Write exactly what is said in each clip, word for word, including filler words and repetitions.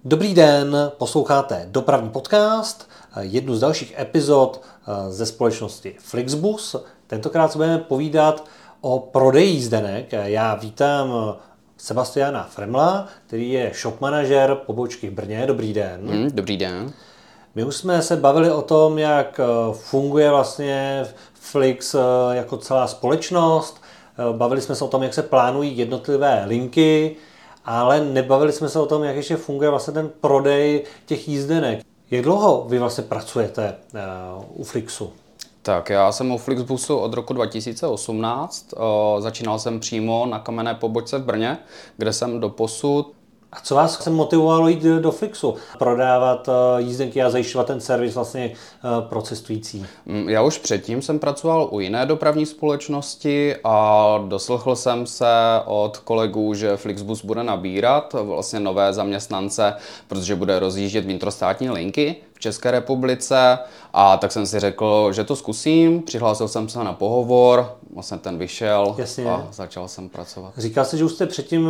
Dobrý den, posloucháte dopravní podcast, jednu z dalších epizod ze společnosti Flixbus. Tentokrát se budeme povídat o prodeji jízdenek. Já vítám Sebastiana Fremla, který je shop manažer pobočky v Brně. Dobrý den. Hmm, dobrý den. My už jsme se bavili o tom, jak funguje vlastně Flix jako celá společnost. Bavili jsme se o tom, jak se plánují jednotlivé linky, ale nebavili jsme se o tom, jak ještě funguje vlastně ten prodej těch jízdenek. Jak dlouho vy vlastně pracujete uh, u Flixu? Tak já jsem u Flixbusu od roku dva tisíce osmnáct. O, začínal jsem přímo na kamenné pobočce v Brně, kde jsem doposud. A co vás se motivovalo jít do Flixu? Prodávat jízdenky a zajišťovat ten servis vlastně pro cestující? Já už předtím jsem pracoval u jiné dopravní společnosti a doslechl jsem se od kolegů, že Flixbus bude nabírat vlastně nové zaměstnance, protože bude rozjíždět vnitrostátní linky v České republice, a tak jsem si řekl, že to zkusím. Přihlásil jsem se na pohovor, vlastně ten vyšel. Jasně. A začal jsem pracovat. Říkal jsi, že už jste předtím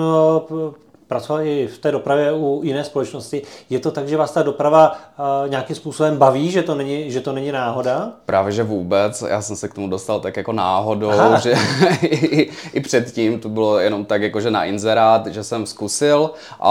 pracoval i v té dopravě u jiné společnosti. Je to tak, že vás ta doprava uh, nějakým způsobem baví, že to není, že to není náhoda? Právě, že vůbec. Já jsem se k tomu dostal tak jako náhodou, že i, i předtím to bylo jenom tak jako, že na inzerát, že jsem zkusil,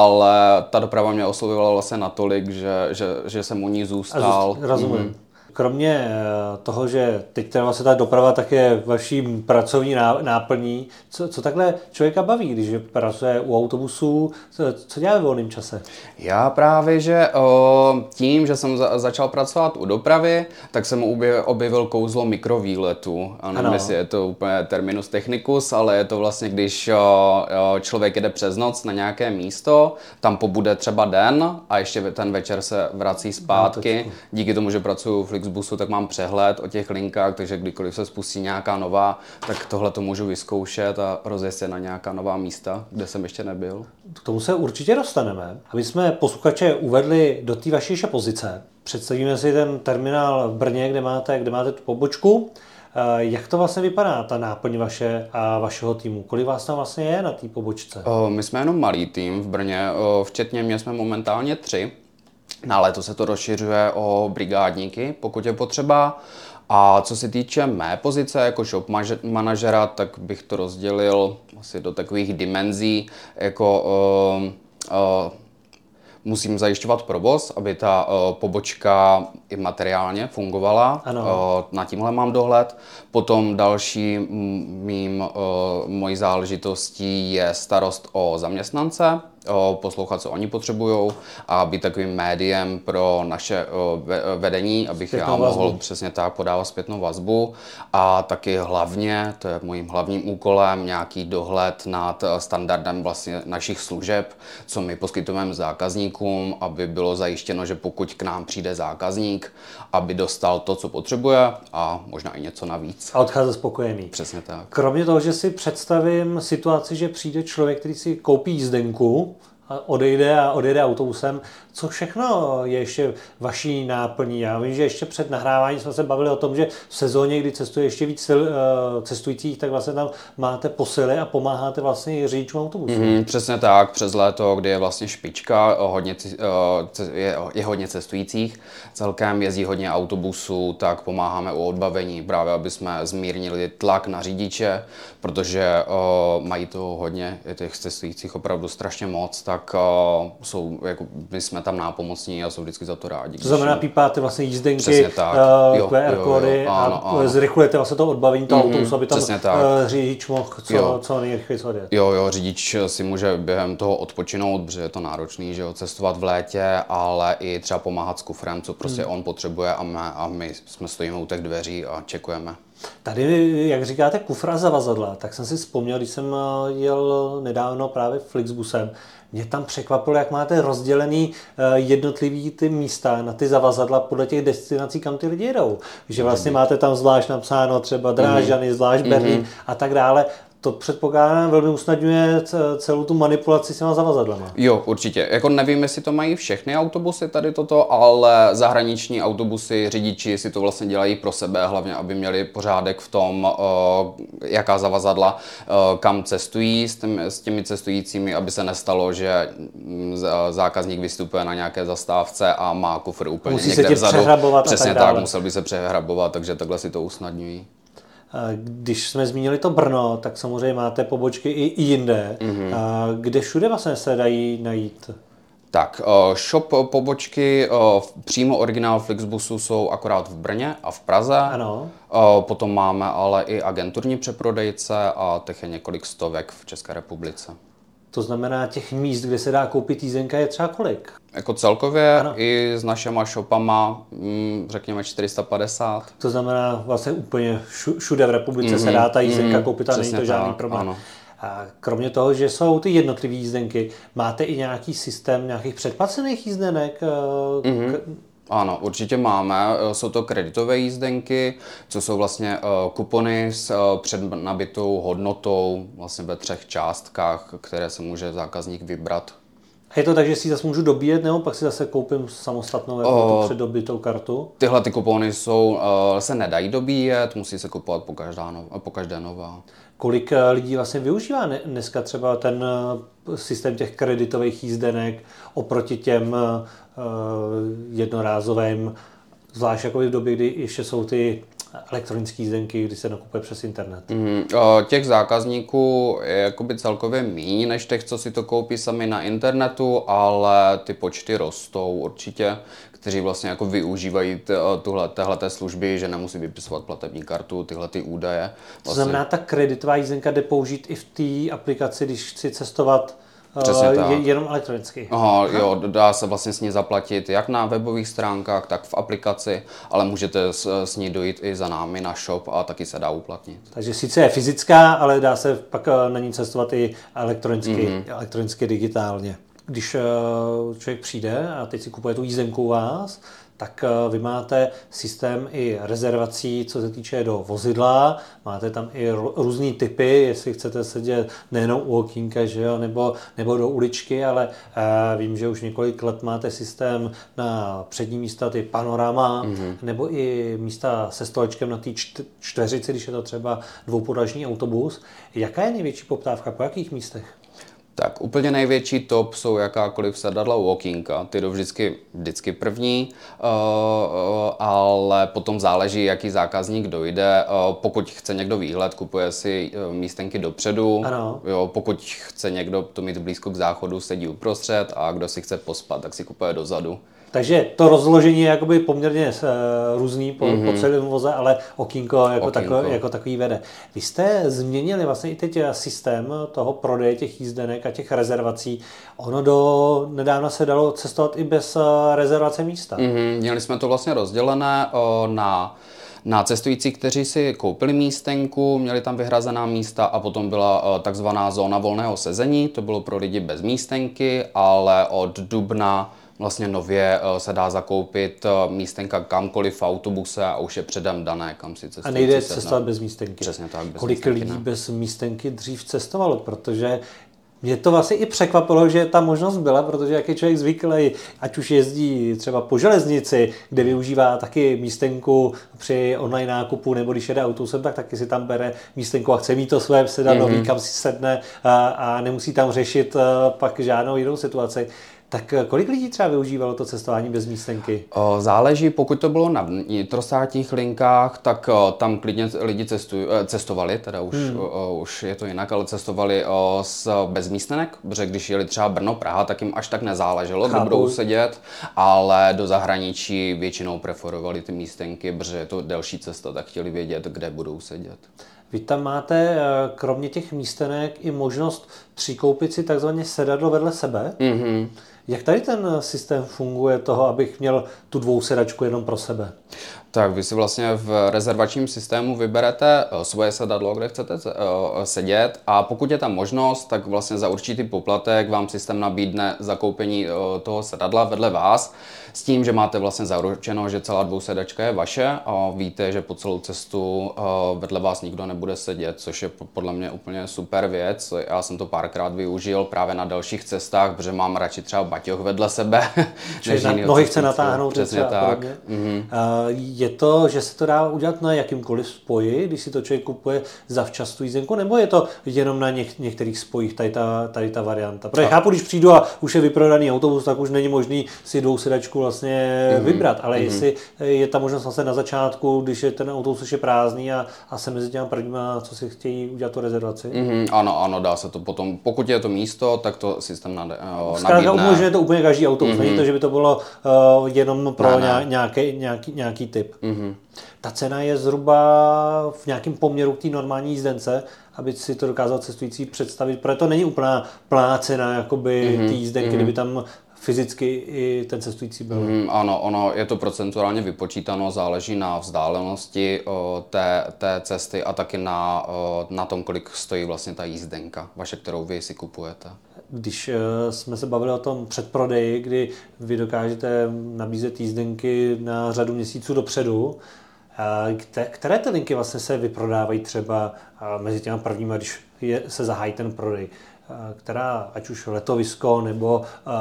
ale ta doprava mě oslovila vlastně natolik, že, že, že jsem u ní zůstal. A rozumím. Mm. Kromě toho, že teď teda vlastně ta doprava tak je vaší pracovní náplní, co, co takhle člověka baví, když pracuje u autobusů, co, co dělá ve volném čase? Já právě, že o, tím, že jsem za, začal pracovat u dopravy, tak jsem objevil kouzlo mikrovýletu. Nevím, jestli je to úplně terminus technicus, ale je to vlastně, když o, o, člověk jede přes noc na nějaké místo, tam pobude třeba den a ještě ten večer se vrací zpátky. Díky tomu, že pracuju v Flixbusu, tak mám přehled o těch linkách, takže kdykoliv se spustí nějaká nová, tak tohle to můžu vyzkoušet a rozjet se na nějaká nová místa, kde jsem ještě nebyl. K tomu se určitě dostaneme. Aby jsme posluchače uvedli do té vaší pozice. Představíme si ten terminál v Brně, kde máte, kde máte tu pobočku. Jak to vlastně vypadá, ta náplň vaše a vašeho týmu? Kolik vás tam vlastně je na té pobočce? O, my jsme jenom malý tým v Brně, o, včetně mě jsme momentálně tři. Na léto se to rozšiřuje o brigádníky, pokud je potřeba. A co se týče mé pozice jako shop manažera, tak bych to rozdělil asi do takových dimenzí, jako uh, uh, musím zajišťovat provoz, aby ta uh, pobočka i materiálně fungovala. Uh, na tímhle mám dohled. Potom další mým, uh, mojí záležitostí je starost o zaměstnance, o poslouchat, co oni potřebují, a být takovým médiem pro naše o, vedení, abych zpětnou já mohl vazbu. Přesně tak podávat zpětnou vazbu. A taky hlavně, to je mojím hlavním úkolem, nějaký dohled nad standardem vlastně našich služeb, co my poskytujeme zákazníkům, aby bylo zajištěno, že pokud k nám přijde zákazník, aby dostal to, co potřebuje, a možná i něco navíc. A odcházet spokojený. Přesně tak. Kromě toho, že si představím situaci, že přijde člověk, který si koupí jízdenku a odejde a odejde autobusem, co všechno je ještě vaší náplní? Já vím, že ještě před nahráváním jsme se bavili o tom, že v sezóně, kdy cestuje ještě víc cestujících, tak vlastně tam máte posily a pomáháte vlastně řidičům autobusů. Mm, přesně tak, přes léto, kdy je vlastně špička, hodně, je, je hodně cestujících, celkem jezdí hodně autobusů, tak pomáháme u odbavení, právě aby jsme zmírnili tlak na řidiče, protože uh, mají toho hodně, je těch cestujících opravdu strašně moc, tak uh, jsou, jako, my jsme tam nápomocní a jsou vždycky za to rádi. To znamená, pípáte vlastně jízdenky, uh, Q R kódy a zrychlujete vlastně to odbavení toho mm-hmm, autobusu, aby tam uh, řidič mohl co, co nejrychleji odjet. Jo, jo, řidič si může během toho odpočinout, protože je to náročný, že jo, cestovat v létě, ale i třeba pomáhat s kufrem, co prostě mm. on potřebuje, a my, a my jsme stojíme u těch dveří a čekujeme. Tady, jak říkáte, kufr a zavazadla, tak jsem si vzpomněl, když jsem jel nedávno právě Flixbusem, mě tam překvapilo, jak máte rozdělený jednotlivý ty místa na ty zavazadla podle těch destinací, kam ty lidi jedou. Že vlastně máte tam zvlášť napsáno třeba Drážďany, zvlášť Berlín mm-hmm. a tak dále. to předpokládám velmi usnadňuje celou tu manipulaci s těma zavazadlama. Jo, určitě. Jako nevím, jestli to mají všechny autobusy tady toto, ale zahraniční autobusy, řidiči si to vlastně dělají pro sebe, hlavně aby měli pořádek v tom, jaká zavazadla kam cestují s těmi, s těmi cestujícími, aby se nestalo, že zákazník vystupuje na nějaké zastávce a má kufr úplně musí někde se vzadu. Přehrabovat Přesně a tak, tak, musel by se přehrabovat, takže takhle si to usnadňují. Když jsme zmínili to Brno, tak samozřejmě máte pobočky i jinde. Mm-hmm. Kde všude vlastně se dají najít? Tak, shop pobočky, přímo originál Flixbusu jsou akorát v Brně a v Praze. Ano. Potom máme ale i agenturní přeprodejce a těch je několik stovek v České republice. To znamená, těch míst, kde se dá koupit jízdenka, je třeba kolik? Jako celkově ano. i s našima shopama, řekněme čtyři sta padesát. To znamená vlastně úplně všude v republice mm-hmm. se dá ta jízdenka mm-hmm. koupit a není to žádný tak, problém. Ano. A kromě toho, že jsou ty jednotlivé jízdenky, máte i nějaký systém nějakých předplacených jízdenek? Mm-hmm. K... Ano, určitě máme. Jsou to kreditové jízdenky, co jsou vlastně kupony s přednabitou hodnotou vlastně ve třech částkách, které se může zákazník vybrat. A je to tak, že si zase můžu dobíjet, nebo pak si zase koupím samostatnou jako tu předdobitou kartu? Tyhle ty kupony jsou, se nedají dobíjet, musí se kupovat po, každá no, po každé nová. Kolik lidí vlastně využívá dneska třeba ten systém těch kreditových jízdenek oproti těm jednorázovým, zvlášť jako v době, kdy ještě jsou ty elektronické jízdenky, kdy se nakupuje přes internet? Mm, těch zákazníků je jakoby celkově míň, než těch, co si to koupí sami na internetu, ale ty počty rostou určitě, kteří vlastně jako využívají tuhle, téhleté služby, že nemusí vypisovat platební kartu, tyhle ty údaje. Vlastně... To znamená, ta kreditová jízdenka jde použít i v té aplikaci, když chci cestovat Je, jenom elektronicky. Aha, jo, dá se vlastně s ní zaplatit jak na webových stránkách, tak v aplikaci, ale můžete s, s ní dojít i za námi na shop a taky se dá uplatnit. Takže sice je fyzická, ale dá se pak na ní cestovat i elektronicky, mm-hmm. elektronicky digitálně. Když člověk přijde a teď si kupuje tu jízdenku u vás, tak vy máte systém i rezervací, co se týče do vozidla, máte tam i různý typy, jestli chcete sedět nejenom u okýnka, že jo, nebo, nebo do uličky, ale uh, vím, že už několik let máte systém na přední místa, ty panorama, mm-hmm. nebo i místa se stolečkem na té čt- čtveřici, když je to třeba dvoupodlažní autobus. Jaká je největší poptávka, po jakých místech? Tak úplně největší top jsou jakákoliv sedadla u okýnka, ty jdou vždycky, vždycky první, uh, uh, ale potom záleží, jaký zákazník dojde. Uh, pokud chce někdo výhled, kupuje si uh, místenky dopředu, ano. Jo, pokud chce někdo to mít blízko k záchodu, sedí uprostřed a kdo si chce pospat, tak si kupuje dozadu. Takže to rozložení je jakoby poměrně uh, různý po, mm-hmm. po celém voze, ale okýnko jako, okýnko. Tako, jako takový vede. Vy jste změnili vlastně i teď systém toho prodeje těch jízdenek a těch rezervací. Ono do nedávna se dalo cestovat i bez uh, rezervace místa. Mm-hmm. Měli jsme to vlastně rozdělené uh, na Na cestující, kteří si koupili místenku, měli tam vyhrazená místa a potom byla takzvaná zóna volného sezení, to bylo pro lidi bez místenky, ale od dubna vlastně nově se dá zakoupit místenka kamkoliv v autobuse a už je předem dané, kam si cestující. A nejde cestovat bez místenky. Přesně tak. Bez Kolik místenky, lidí ne? bez místenky dřív cestovalo, protože mě to vlastně i překvapilo, že ta možnost byla, protože jak je člověk zvyklý, ať už jezdí třeba po železnici, kde využívá taky místenku při online nákupu, nebo když jede autobusem, tak taky si tam bere místenku a chce mít to své sedanový, mm-hmm. kam si sedne a, a nemusí tam řešit pak žádnou jinou situaci. Tak kolik lidí třeba využívalo to cestování bez místenky? Záleží, pokud to bylo na vnitrostátních linkách, tak tam klidně lidi cestují, cestovali, teda už, hmm. už je to jinak, ale cestovali s, bez místenek, protože když jeli třeba Brno, Praha, tak jim až tak nezáleželo, kde budou sedět, ale do zahraničí většinou preferovali ty místenky, protože je to delší cesta, tak chtěli vědět, kde budou sedět. Vy tam máte kromě těch místenek i možnost přikoupit si takzvaně sedadlo vedle sebe. Mm-hmm. Jak tady ten systém funguje toho, abych měl tu dvousedačku jenom pro sebe? Tak vy si vlastně v rezervačním systému vyberete svoje sedadlo, kde chcete sedět a pokud je tam možnost, tak vlastně za určitý poplatek vám systém nabídne zakoupení toho sedadla vedle vás s tím, že máte vlastně zaručeno, že celá dvousedačka je vaše a víte, že po celou cestu vedle vás nikdo nebude sedět, což je podle mě úplně super věc. Já jsem to párkrát využil právě na dalších cestách, protože mám radši třeba baťoch vedle sebe. Než na nohy chce natáhnout. Přesně tak. Mm-hmm. Je to, že se to dá udělat na jakýmkoliv spoji, když si to člověk kupuje zavčas tu jízdenku, nebo je to jenom na něk- některých spojích tady ta, tady ta varianta? Protože chápu, když přijdu a už je vyprodaný autobus, tak už není možný si dvousedačku vlastně mm-hmm. vybrat, ale mm-hmm. jestli je ta možnost vlastně na začátku, když je ten autobus ještě prázdný a, a se mezi těma prvníma, co si chtějí udělat tu rezervaci? Mm-hmm. Ano, ano, dá se to potom, pokud je to místo, tak to systém nade, uh, nabídne. Umožňuje to úplně každý autobus, mm-hmm. není to, že by to bylo uh, jenom pro ne, ne. Nějaký, nějaký, nějaký typ. Mm-hmm. Ta cena je zhruba v nějakém poměru k té normální jízdence, aby si to dokázal cestující představit, protože to není úplná plná cena jakoby mm-hmm. té jízdenky, mm-hmm. kdyby tam fyzicky i ten cestující byl. Mm, ano, ono je to procentuálně vypočítáno, záleží na vzdálenosti o, té, té cesty a taky na, o, na tom, kolik stojí vlastně ta jízdenka vaše, kterou vy si kupujete. Když uh, jsme se bavili o tom předprodeji, kdy vy dokážete nabízet jízdenky na řadu měsíců dopředu, uh, které ty linky vlastně se vyprodávají třeba uh, mezi těma prvníma, když je, se zahájí ten prodej? Která, ať už letovisko, nebo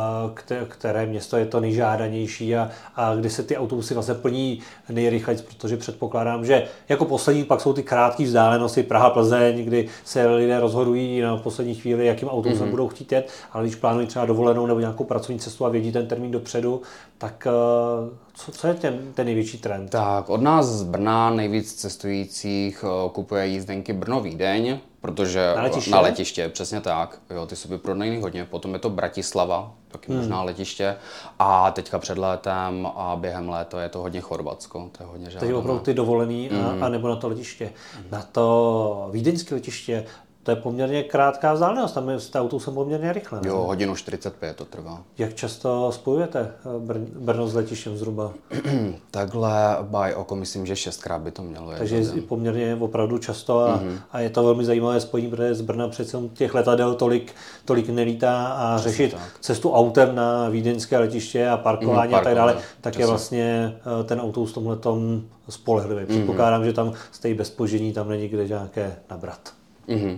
které město je to nejžádanější a, a kdy se ty autobusy vlastně plní nejrychleji, protože předpokládám, že jako poslední pak jsou ty krátké vzdálenosti Praha-Plzeň, kdy se lidé rozhodují na poslední chvíli, jakým autobusem mm-hmm. budou chtít jet, ale když plánují třeba dovolenou nebo nějakou pracovní cestu a vědí ten termín dopředu, tak co, co je ten, ten největší trend? Tak, od nás z Brna nejvíc cestujících kupuje jízdenky Brno-Vídeň, protože na letiště? na letiště, přesně tak. Jo, ty jsou vyprodaný hodně. Potom je to Bratislava, taky hmm. možná letiště. A teďka před létem a během léta je to hodně Chorvatsko. To je hodně žádané. Takže opravdu ty dovolený a, hmm. a nebo na to letiště. Hmm. Na to vídeňské letiště, to je poměrně krátká vzdálenost, tam je s autobusem poměrně rychle. Ne? Jo, hodinu čtyřicet pět to trvá. Jak často spojujete Br- Brno s letištěm zhruba? Takhle by oko, myslím, že šestkrát by to mělo. Takže je poměrně opravdu často a, mm-hmm. a je to velmi zajímavé spojení, protože z Brna přece těch letadel tolik, tolik nelítá a přesně řešit tak. Cestu autem na vídeňské letiště a parkování mm, a tak dále, tak přesně. Je vlastně ten autobus v tomhletom spolehlivý. Předpokládám, mm-hmm. že tam stojí bez zpoždění, tam není kde nějaké nabrat. Mm-hmm.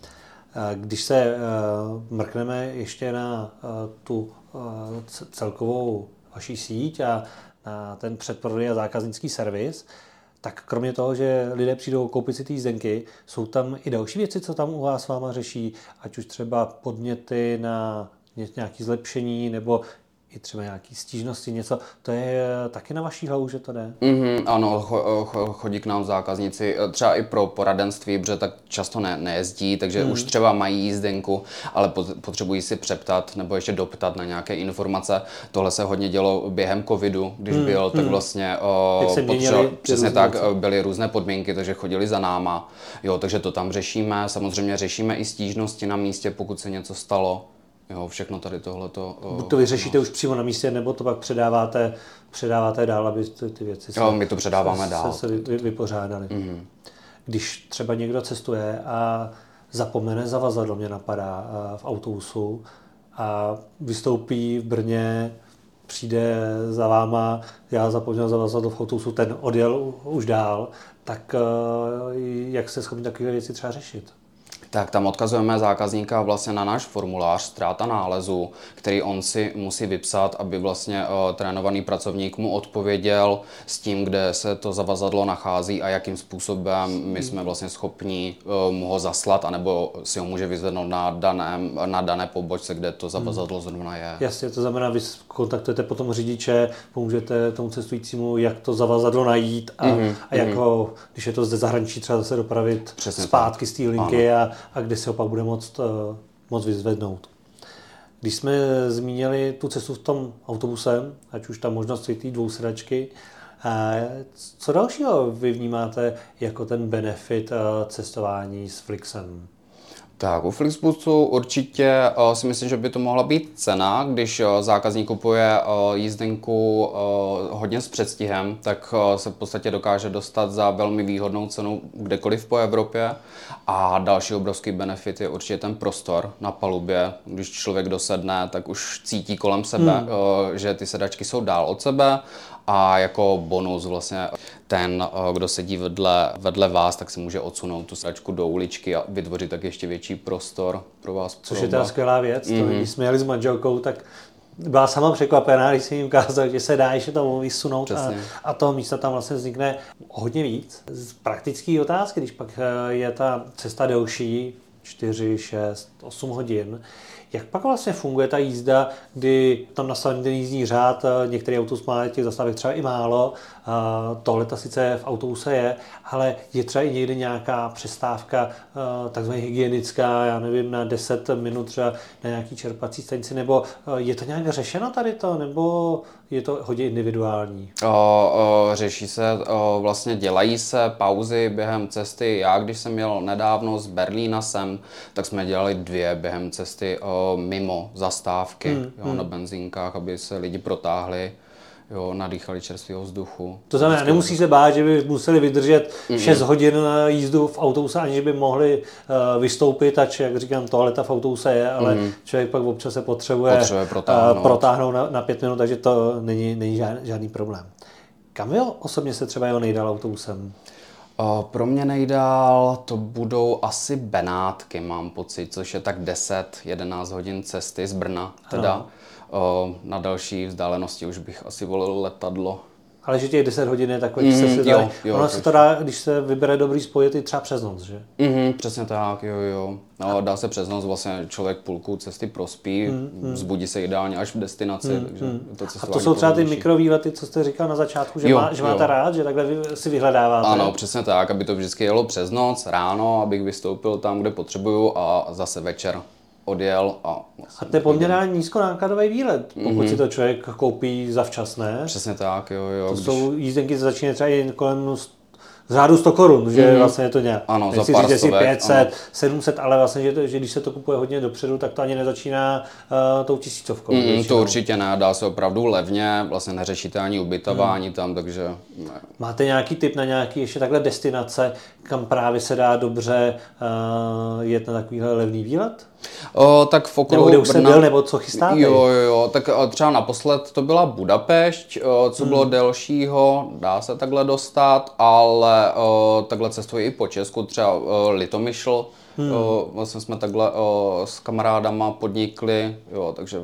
Když se uh, mrkneme ještě na uh, tu uh, celkovou vaší síť a na ten předprodej a zákaznický servis, tak kromě toho, že lidé přijdou koupit si ty jízdenky, jsou tam i další věci, co tam u vás s váma řeší, ať už třeba podněty na nějaké zlepšení nebo i třeba nějaký stížnosti, něco, to je taky na vaší hlavu, že to jde? Mm-hmm, ano, chodí k nám zákazníci, třeba i pro poradenství, protože tak často ne, nejezdí, takže mm. už třeba mají jízdenku, ale potřebují si přeptat nebo ještě doptat na nějaké informace. Tohle se hodně dělo během covidu, když mm. byl, tak vlastně potřeba, přesně tak, věci. Byly různé podmínky, takže chodili za náma. Jo, takže to tam řešíme, samozřejmě řešíme i stížnosti na místě, pokud se něco stalo. Jo, všechno tady tohleto. Buď to vyřešíte no. už přímo na místě, nebo to pak předáváte, předáváte dál, aby ty, ty věci se, jo, my to předáváme se, dál. se, se vy, vypořádali. Mm-hmm. Když třeba někdo cestuje a zapomene zavazadlo, mě napadá v autobusu a vystoupí v Brně, přijde za váma, já zapomněl zavazadlo v autobusu, ten odjel už dál, tak jak se schopni takové věci třeba řešit? Tak tam odkazujeme zákazníka vlastně na náš formulář ztráta nálezu, který on si musí vypsat, aby vlastně uh, trénovaný pracovník mu odpověděl s tím, kde se to zavazadlo nachází a jakým způsobem my jsme vlastně schopni uh, mu ho zaslat, anebo si ho může vyzvednout na, daném, na dané pobočce, kde to zavazadlo zrovna je. Jasně, to znamená, vy kontaktujete potom řidiče, pomůžete tomu cestujícímu, jak to zavazadlo najít a, mm-hmm. a jak ho, když je to zde zahraničí, třeba zase dopravit přesně zpátky tak. Z té linky a, a kde si ho pak bude moct, uh, moct vyzvednout. Když jsme zmínili tu cestu v tom autobusem, ať už ta možnost té dvousedačky, co dalšího vy vnímáte jako ten benefit cestování s Flixem? Tak, u Flixbusu určitě uh, si myslím, že by to mohla být cena, když uh, zákazník kupuje uh, jízdenku uh, hodně s předstihem, tak uh, se v podstatě dokáže dostat za velmi výhodnou cenu kdekoliv po Evropě. A další obrovský benefit je určitě ten prostor na palubě. Když člověk dosedne, tak už cítí kolem sebe, hmm. uh, že ty sedačky jsou dál od sebe. A jako bonus vlastně ten, kdo sedí vedle, vedle vás, tak si může odsunout tu sedačku do uličky a vytvořit tak ještě větší prostor pro vás. Což je teda skvělá věc. Mm-hmm. To, když jsme jeli s manželkou, tak byla sama překvapená, když jsem jim ukázal, že se dá ještě to vysunout a, a toho místa tam vlastně vznikne hodně víc. Z praktické otázky, když pak je ta cesta delší, čtyři, šest, osm hodin, jak pak vlastně funguje ta jízda, kdy tam nastavený ten jízdní řád, některý autobus má těch zastávek třeba i málo, tohleta sice v autobuse je, ale je třeba i někde nějaká přestávka takzvaně hygienická, já nevím, na deset minut třeba na nějaký čerpací stanici, nebo je to nějak řešeno tady to, nebo je to hodně individuální? O, o, řeší se, o, vlastně dělají se pauzy během cesty. Já, když jsem jel nedávno z Berlína sem, tak jsme dělali dvě během cesty o, mimo zastávky, hmm, jo, hmm. na benzínkách, aby se lidi protáhli. Jo, nadýchali čerstvého vzduchu. To znamená, nemusí se bát, že by museli vydržet šest hodin jízdu v autobuse, aniž by mohli uh, vystoupit, ač, jak říkám, toaleta v autobuse je, ale mm. člověk pak občas se potřebuje, potřebuje protáhnout, uh, protáhnout na, na pět minut, takže to není, není žádný, žádný problém. Kam vy osobně se třeba jeho nejdál autobusem? Uh, pro mě nejdál to budou asi Benátky, mám pocit, což je tak deset jedenáct hodin cesty z Brna teda. Ano. Na další vzdálenosti už bych asi volil letadlo. Ale že těch deset hodin je takové, mm, se jo, jo, ono se to dá, když se vybere dobrý spoj, i třeba přes noc, že? Mm, přesně tak, jo, jo. No, dá se přes noc, vlastně člověk půlku cesty prospí, mm, zbudí se ideálně až v destinaci. Mm, takže to a to jsou třeba ty mikrovýlety, co jste říkal na začátku, že, jo, má, že máte rád, že takhle vy si vyhledáváte? Ano, přesně tak, aby to vždycky jelo přes noc, ráno, abych vystoupil tam, kde potřebuju a zase večer odjel. A, a to je poměrně nízkonákladový výlet, pokud mm-hmm. si to člověk koupí zavčasné. Přesně tak, jo, jo. To když... jsou jízdenky, co začínají třeba i kolem z řádu sto korun, že mm-hmm. vlastně je to nějak. Ano, za pár stovek, pět set, sedm set, ale vlastně, že, to, že když se to kupuje hodně dopředu, tak to ani nezačíná uh, tou tisícovkou. Mm, to určitě ne, dá se opravdu levně, vlastně neřešíte ani ubytování mm. tam, takže... Ne. Máte nějaký tip na nějaký ještě takhle destinace, kam právě se dá dobře uh, jet na takovýhle levný výlet? O, tak v okolo nebo kde už Brna... jste byl, nebo co chystáte? Jo, jo, jo, tak třeba naposled to byla Budapešť, o, co bylo hmm. delšího, dá se takhle dostat, ale o, takhle cestuje i po Česku, třeba o, Litomyšl, hmm. o, vlastně jsme takhle o, s kamarádama podnikli, jo, takže...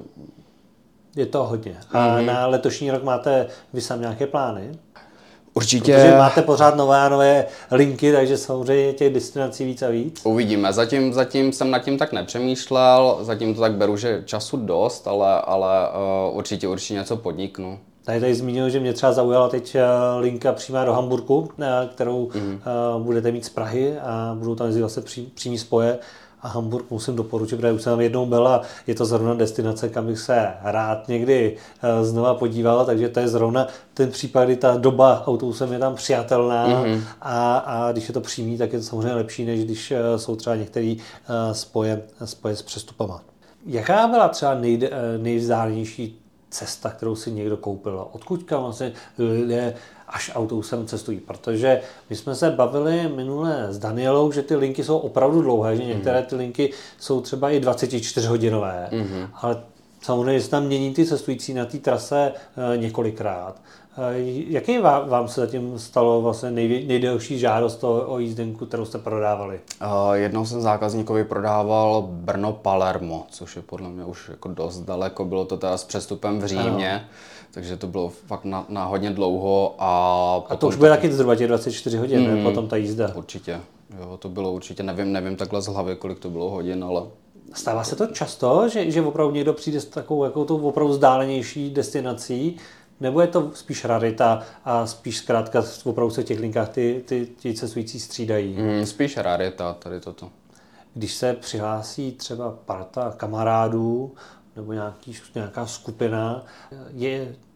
Je to hodně. A hmm. na letošní rok máte vy sám nějaké plány? Určitě. Protože máte pořád nové a nové linky, takže samozřejmě těch destinací víc a víc. Uvidíme. Zatím, zatím jsem nad tím tak nepřemýšlel, zatím to tak beru, že času dost, ale, ale uh, určitě určitě něco podniknu. Tady tady zmínil, že mě třeba zaujala teď linka přímá do Hamburku, kterou mm. uh, budete mít z Prahy a budou tam zase pří, přímý spoje. A Hamburg musím doporučit, protože už jsem tam jednou byl a je to zrovna destinace, kam bych se rád někdy znova podíval, takže to je zrovna ten případ, kdy ta doba autobusem je tam přijatelná mm-hmm. a, a když je to přímý, tak je to samozřejmě lepší, než když jsou třeba některé spoje, spoje s přestupama. Jaká byla třeba nej, nejvzdálenější cesta, kterou si někdo koupil? Odkud kam vlastně lidé až autobusem cestují? Protože my jsme se bavili minule s Danielou, že ty linky jsou opravdu dlouhé, že některé ty linky jsou třeba i dvacetičtyřhodinové, mm-hmm. ale samozřejmě se tam mění ty cestující na té trase e, několikrát. E, jaký vám, vám se zatím stalo vlastně nej, nejdelší žádost o, o jízdenku, kterou jste prodávali? Uh, jednou jsem zákazníkovi prodával Brno-Palermo, což je podle mě už jako dost daleko, bylo to teda s přestupem v Římě. Ano. Takže to bylo fakt na, na hodně dlouho. A, a to už bude taky zhruba těch dvacet čtyři hodin, mm, ne? Potom ta jízda. Určitě. Jo, to bylo určitě, nevím, nevím takhle z hlavy, kolik to bylo hodin, ale... Stává se to často, že, že opravdu někdo přijde s takovou jako tou opravdu vzdálenější destinací, nebo je to spíš rarita a spíš zkrátka opravdu se v těch linkách ty, ty, ty cestující střídají? Mm, spíš rarita, tady toto. Když se přihlásí třeba parta kamarádů, nebo nějaký, nějaká skupina, je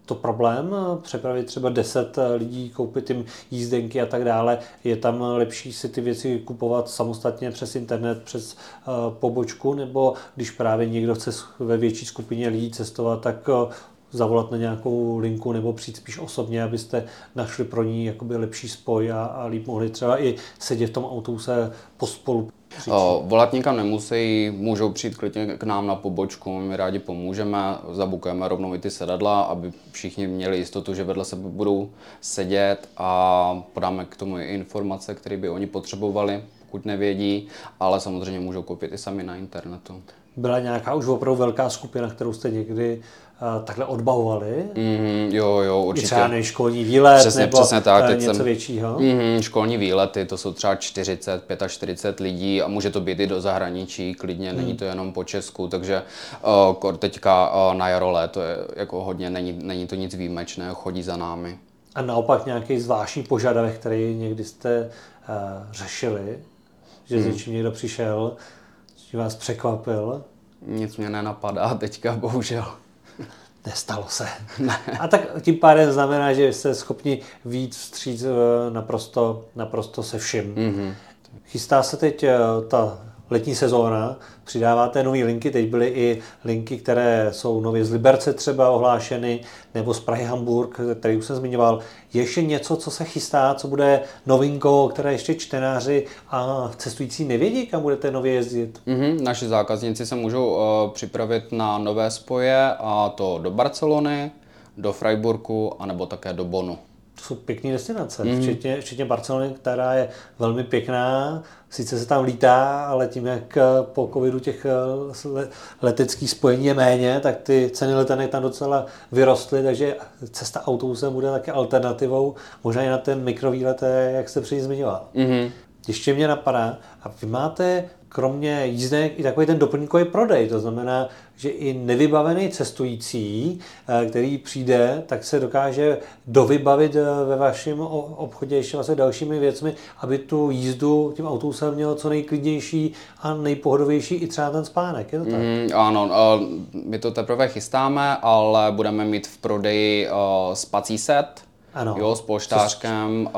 to problém přepravit třeba deset lidí, koupit jim jízdenky a tak dále? Je tam lepší si ty věci kupovat samostatně přes internet, přes uh, pobočku, nebo když právě někdo chce ve větší skupině lidí cestovat, tak uh, zavolat na nějakou linku nebo přijít spíš osobně, abyste našli pro ní jakoby lepší spoj a, a líp mohli třeba i sedět v tom autobuse pospolu. O, volat nikam nemusí, můžou přijít klidně k nám na pobočku, my rádi pomůžeme, zabukujeme rovnou i ty sedadla, aby všichni měli jistotu, že vedle sebe budou sedět a podáme k tomu i informace, které by oni potřebovali, pokud nevědí, ale samozřejmě můžou koupit i sami na internetu. Byla nějaká už opravdu velká skupina, kterou jste někdy uh, takhle odbavovali? Mm, jo, jo, určitě. I třeba školní výlet přesně, nebo přesně tak, uh, teď něco jsem, většího? Mm, školní výlety, to jsou třeba čtyřicet, čtyřicet pět lidí a může to být i do zahraničí, klidně, mm. není to jenom po Česku, takže uh, teďka uh, na jaro léto je jako hodně, není, není to nic výjimečného, chodí za námi. A naopak nějaký zvláštní požadavek, který někdy jste uh, řešili, že mm. s něčím někdo přišel, že vás překvapil? Nic mě nenapadá teďka, bohužel. Nestalo se. Ne. A tak tím pádem znamená, že jste schopni vyjít vstříc naprosto, naprosto se vším. Mm-hmm. Chystá se teď ta letní sezóna, přidáváte nové linky, teď byly i linky, které jsou nově z Liberce třeba ohlášeny, nebo z Prahy Hamburg, který už jsem zmiňoval. Je ještě něco, co se chystá, co bude novinkou, které ještě čtenáři a cestující nevědí, kam budete nově jezdit? Mm-hmm. Naši zákazníci se můžou uh, připravit na nové spoje, a to do Barcelony, do Freiburgu, anebo také do Bonu. To jsou pěkné destinace, mm. včetně, včetně Barcelony, která je velmi pěkná. Sice se tam lítá, ale tím, jak po covidu těch leteckých spojení je méně, tak ty ceny letenek tam docela vyrostly, takže cesta autobusem bude také alternativou, možná i na ten mikrovýlet, jak jste předtím zmiňoval. Mm-hmm. Ještě mě napadá, a vy máte kromě jízdenek i takový ten doplňkový prodej, to znamená, že i nevybavený cestující, který přijde, tak se dokáže dovybavit ve vašem obchodě ještě vlastně dalšími věcmi, aby tu jízdu tím autobusem mělo co nejklidnější a nejpohodovější i třeba ten spánek. Je to tak? Mm, ano, my to teprve chystáme, ale budeme mít v prodeji spací set. Ano. Jo, s polštářkem,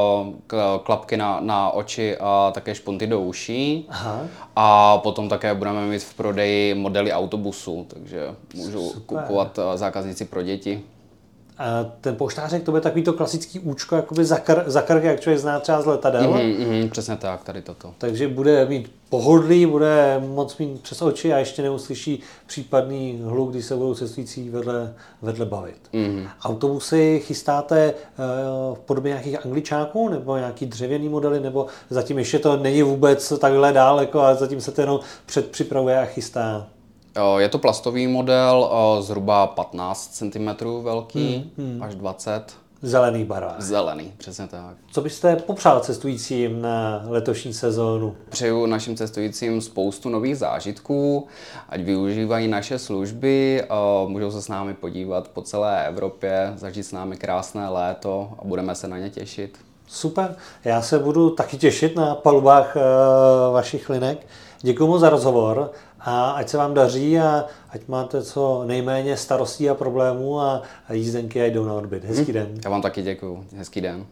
uh, klapky na, na oči a také špunty do uší. Aha. A potom také budeme mít v prodeji modely autobusů, takže můžou Super. kupovat uh, zákazníci pro děti. A ten polštářek, to bude takový to klasický účko, jakoby za, kr- za krk, jak člověk zná třeba z letadel. Mm-hmm, mm, přesně tak, tady toto. Takže bude mít pohodlí, bude moc mít přes oči a ještě neuslyší případný hluk, když se budou cestující vedle, vedle bavit. Mm-hmm. Autobusy chystáte uh, v podobě nějakých angličáků nebo nějaký dřevěný modely, nebo zatím ještě to není vůbec takhle daleko, ale zatím se to jenom předpřipravuje a chystá? Je to plastový model, zhruba patnáct centimetrů velký, hmm, hmm. až dvacet. Zelený barvách. Zelený, přesně tak. Co byste popřál cestujícím na letošní sezónu? Přeju našim cestujícím spoustu nových zážitků, ať využívají naše služby, můžou se s námi podívat po celé Evropě, zažít s námi krásné léto a budeme se na ně těšit. Super, já se budu taky těšit na palubách vašich linek. Děkuji moc za rozhovor a ať se vám daří a ať máte co nejméně starostí a problémů a jízdenky jdou na odbyt. Hezký den. Já vám taky děkuji. Hezký den.